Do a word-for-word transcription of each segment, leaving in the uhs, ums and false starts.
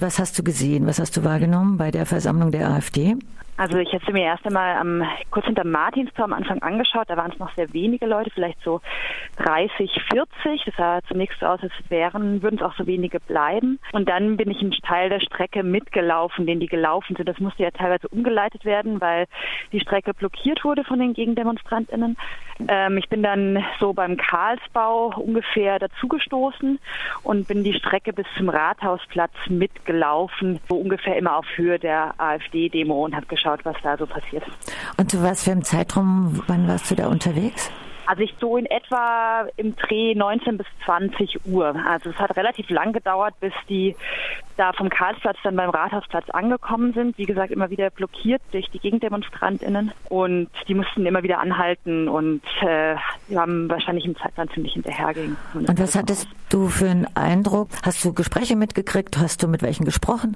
Was hast du gesehen, was hast du wahrgenommen bei der Versammlung der AfD? Also ich hatte mir erst einmal am, kurz hinter Martinstor am Anfang angeschaut, da waren es noch sehr wenige Leute, vielleicht so dreißig, vierzig. Das sah zunächst so aus, als wären, würden es auch so wenige bleiben. Und dann bin ich einen Teil der Strecke mitgelaufen, den die gelaufen sind. Das musste ja teilweise umgeleitet werden, weil die Strecke blockiert wurde von den GegendemonstrantInnen. Ähm, ich bin dann so beim Karlsbau ungefähr dazugestoßen und bin die Strecke bis zum Rathausplatz mitgelaufen, so ungefähr immer auf Höhe der AfD-Demo und habe geschaut, was da so passiert. Und zu was für einem Zeitraum, wann warst du da unterwegs? Also ich so in etwa im Dreh neunzehn bis zwanzig Uhr. Also es hat relativ lang gedauert, bis die da vom Karlsplatz dann beim Rathausplatz angekommen sind. Wie gesagt, immer wieder blockiert durch die GegendemonstrantInnen. Und die mussten immer wieder anhalten und äh, die haben wahrscheinlich im Zeitplan ziemlich hinterherging. Und was hattest du für einen Eindruck? Hast du Gespräche mitgekriegt? Hast du mit welchen gesprochen?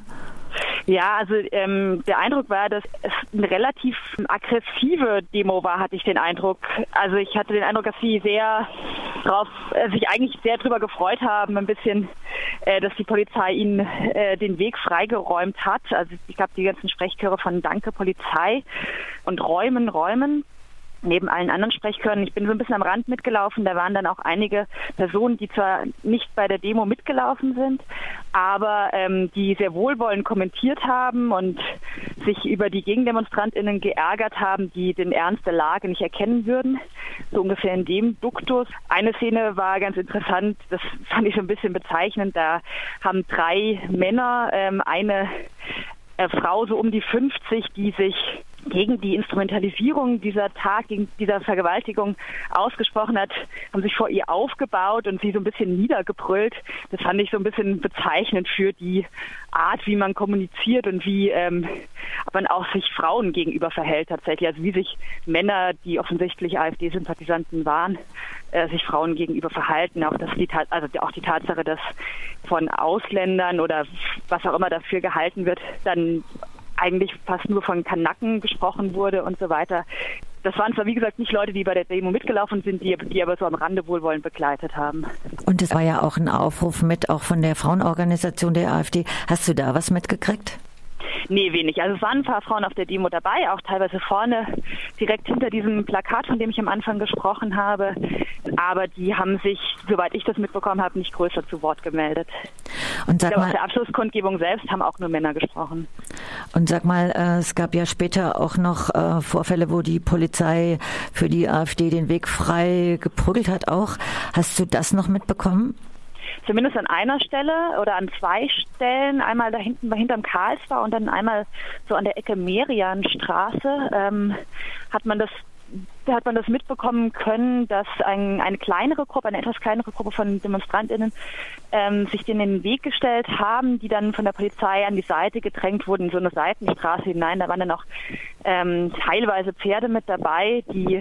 Ja, also ähm, der Eindruck war, dass es eine relativ aggressive Demo war, hatte ich den Eindruck. Also ich hatte den Eindruck, dass sie sehr drauf, äh, sich eigentlich sehr drüber gefreut haben, ein bisschen, äh, dass die Polizei ihnen äh, den Weg freigeräumt hat. Also ich glaube, die ganzen Sprechchöre von Danke Polizei und Räumen, Räumen. Neben allen anderen Sprechchören. Ich bin so ein bisschen am Rand mitgelaufen. Da waren dann auch einige Personen, die zwar nicht bei der Demo mitgelaufen sind, aber ähm, die sehr wohlwollend kommentiert haben und sich über die GegendemonstrantInnen geärgert haben, die den Ernst der Lage nicht erkennen würden. So ungefähr in dem Duktus. Eine Szene war ganz interessant, das fand ich so ein bisschen bezeichnend. Da haben drei Männer, ähm, eine äh, Frau so um die fünfzig, die sich gegen die Instrumentalisierung dieser Tat, gegen dieser Vergewaltigung ausgesprochen hat, haben sich vor ihr aufgebaut und sie so ein bisschen niedergebrüllt. Das fand ich so ein bisschen bezeichnend für die Art, wie man kommuniziert und wie ähm, man auch sich Frauen gegenüber verhält tatsächlich. Also wie sich Männer, die offensichtlich AfD-Sympathisanten waren, äh, sich Frauen gegenüber verhalten. Auch, dass die, also auch die Tatsache, dass von Ausländern oder was auch immer dafür gehalten wird, dann eigentlich fast nur von Kanaken gesprochen wurde und so weiter. Das waren zwar, wie gesagt, nicht Leute, die bei der Demo mitgelaufen sind, die, die aber so am Rande wohlwollend begleitet haben. Und es war ja auch ein Aufruf mit, auch von der Frauenorganisation der AfD. Hast du da was mitgekriegt? Nee, wenig. Also es waren ein paar Frauen auf der Demo dabei, auch teilweise vorne, direkt hinter diesem Plakat, von dem ich am Anfang gesprochen habe. Aber die haben sich, soweit ich das mitbekommen habe, nicht größer zu Wort gemeldet. Und sag mal, auf der Abschlusskundgebung selbst haben auch nur Männer gesprochen. Und sag mal, äh, es gab ja später auch noch äh, Vorfälle, wo die Polizei für die AfD den Weg frei geprügelt hat auch. Hast du das noch mitbekommen? Zumindest an einer Stelle oder an zwei Stellen, einmal da hinten hinterm Karlsbau und dann einmal so an der Ecke Merianstraße, ähm, hat man das hat man das mitbekommen können, dass ein, eine kleinere Gruppe, eine etwas kleinere Gruppe von DemonstrantInnen ähm, sich denen in den Weg gestellt haben, die dann von der Polizei an die Seite gedrängt wurden, in so eine Seitenstraße hinein. Da waren dann auch ähm, teilweise Pferde mit dabei, die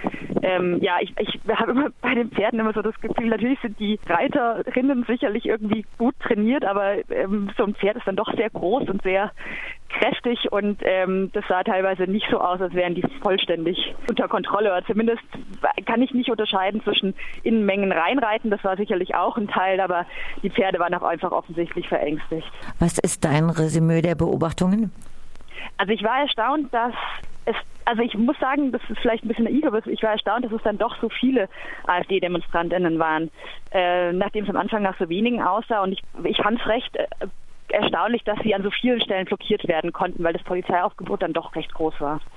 Ähm, ja, ich, ich habe immer bei den Pferden immer so das Gefühl, natürlich sind die Reiterinnen sicherlich irgendwie gut trainiert, aber ähm, so ein Pferd ist dann doch sehr groß und sehr kräftig und ähm, das sah teilweise nicht so aus, als wären die vollständig unter Kontrolle. Oder zumindest kann ich nicht unterscheiden zwischen in Mengen reinreiten, das war sicherlich auch ein Teil, aber die Pferde waren auch einfach offensichtlich verängstigt. Was ist dein Resümee der Beobachtungen? Also ich war erstaunt, dass es, also ich muss sagen, das ist vielleicht ein bisschen naiv, aber ich war erstaunt, dass es dann doch so viele AfD-DemonstrantInnen waren, äh, nachdem es am Anfang nach so wenigen aussah. Und ich, ich fand es recht äh, erstaunlich, dass sie an so vielen Stellen blockiert werden konnten, weil das Polizeiaufgebot dann doch recht groß war.